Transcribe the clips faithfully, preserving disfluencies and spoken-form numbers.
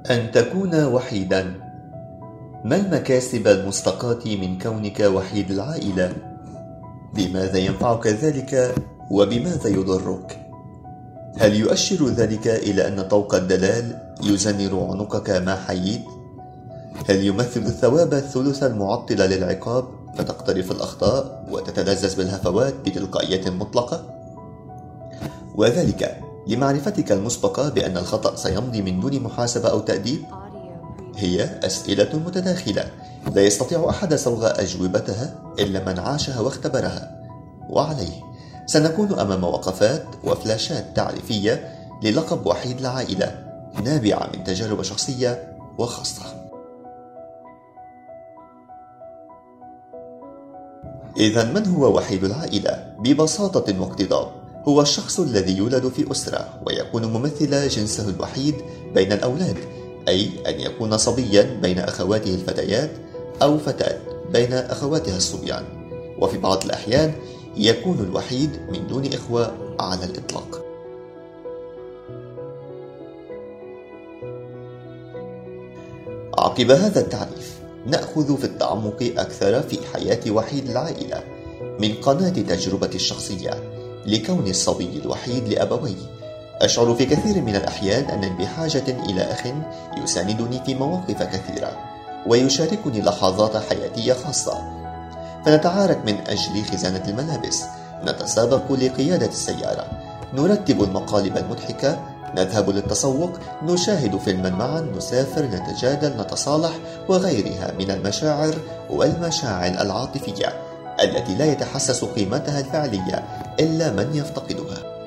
أن تكون وحيدا. ما المكاسب المستقاة من كونك وحيد العائلة؟ بماذا ينفعك ذلك وبماذا يضرك؟ هل يؤشر ذلك إلى أن طوق الدلال يزنر عنقك ما حييت؟ هل يمثل الثواب الثلث المعطل للعقاب فتقترف الأخطاء وتتلذذ بالهفوات بتلقائية مطلقة؟ وذلك لمعرفتك المسبقة بأن الخطأ سيمضي من دون محاسبة أو تأديب؟ هي أسئلة متداخلة لا يستطيع أحد صوغ أجوبتها إلا من عاشها واختبرها، وعليه سنكون أمام وقفات وفلاشات تعريفية للقب وحيد العائلة نابعة من تجارب شخصية وخاصة. إذن من هو وحيد العائلة؟ ببساطة واقتضاب هو الشخص الذي يولد في أسرة ويكون ممثل جنسه الوحيد بين الأولاد، أي أن يكون صبيا بين أخواته الفتيات أو فتاة بين أخواتها الصبيان، وفي بعض الأحيان يكون الوحيد من دون إخوة على الإطلاق. عقب هذا التعريف نأخذ في التعمق أكثر في حياة وحيد العائلة من قناة تجربتي الشخصية لكون الصبي الوحيد لأبويه. أشعر في كثير من الأحيان أنني بحاجة إلى أخ يساندني في مواقف كثيرة ويشاركني لحظات حياتية خاصة، فنتعارك من أجل خزانة الملابس، نتسابق لقيادة السيارة، نرتب المقالب المضحكة، نذهب للتسوق، نشاهد فيلما معا، نسافر، نتجادل، نتصالح، وغيرها من المشاعر والمشاعر العاطفية التي لا يتحسس قيمتها الفعلية إلا من يفتقدها.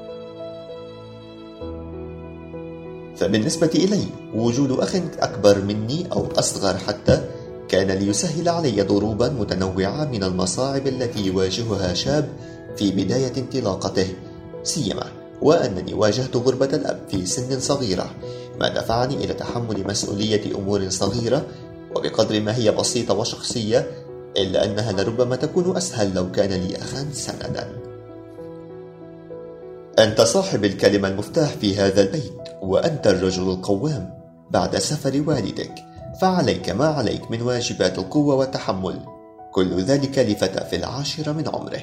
فبالنسبة إلي وجود أخ أكبر مني أو أصغر حتى كان ليسهل علي ضروبا متنوعة من المصاعب التي يواجهها شاب في بداية انطلاقته، سيما وأنني واجهت غربة الأب في سن صغيرة، ما دفعني إلى تحمل مسؤولية أمور صغيرة وبقدر ما هي بسيطة وشخصية، إلا أنها لربما تكون أسهل لو كان لي أخا سندا. أنت صاحب الكلمة المفتاح في هذا البيت، وأنت الرجل القوام بعد سفر والدك، فعليك ما عليك من واجبات القوة والتحمل، كل ذلك لفتى في العاشرة من عمره.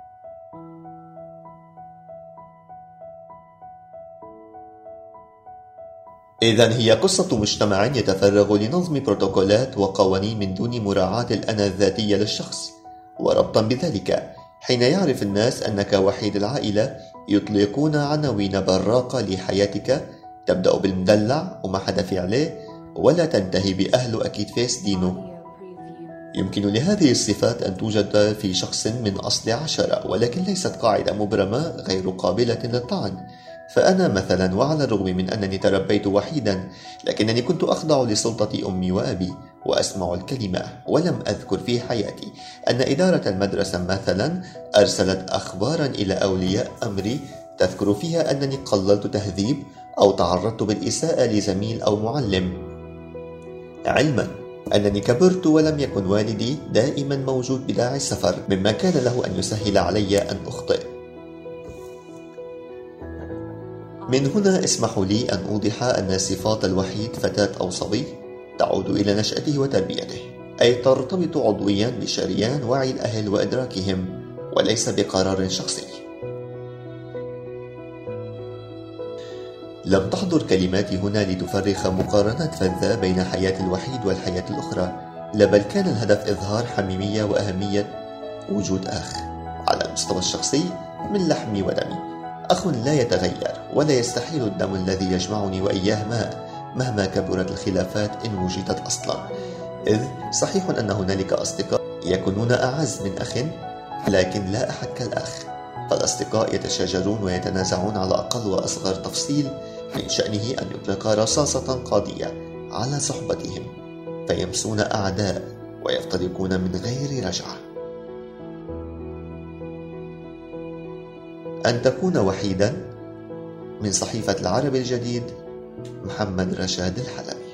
إذن هي قصة مجتمع يتفرغ لنظم بروتوكولات وقوانين من دون مراعاة الأنا الذاتية للشخص، وربطا بذلك حين يعرف الناس أنك وحيد العائلة يطلقون عناوين براقة لحياتك تبدأ بالمدلع وما حدا في عليه، ولا تنتهي بأهل أكيد فيس دينه. يمكن لهذه الصفات أن توجد في شخص من أصل عشرة، ولكن ليست قاعدة مبرمة غير قابلة للطعن. فأنا مثلا، وعلى الرغم من أنني تربيت وحيدا، لكنني كنت أخضع لسلطة أمي وأبي وأسمع الكلمة، ولم أذكر في حياتي أن إدارة المدرسة مثلا أرسلت أخبارا إلى أولياء أمري تذكر فيها أنني قللت تهذيب أو تعرضت بالإساءة لزميل أو معلم، علما أنني كبرت ولم يكن والدي دائما موجود بداعي السفر، مما كان له أن يسهل علي أن أخطئ. من هنا اسمحوا لي أن أوضح أن صفات الوحيد فتاة أو صبي تعود إلى نشأته وتربيته، أي ترتبط عضويا بشريان وعي الأهل وإدراكهم وليس بقرار شخصي. لم تحضر كلماتي هنا لتفرخ مقارنات فذة بين حياة الوحيد والحياة الأخرى، لا بل كان الهدف إظهار حميمية وأهمية وجود أخ على المستوى الشخصي من لحمي ودمي، أخ لا يتغير ولا يستحيل الدم الذي يجمعني وإياه ماء مهما كبرت الخلافات إن وجدت أصلا، إذ صحيح أن هنالك أصدقاء يكونون أعز من أخ، لكن لا أحد كالأخ، فالأصدقاء يتشاجرون ويتنازعون على أقل وأصغر تفصيل من شأنه أن يطلق رصاصة قاضية على صحبتهم، فيمسون أعداء ويفترقون من غير رجعة. أن تكون وحيدا، من صحيفة العرب الجديد، محمد رشاد الحلبي.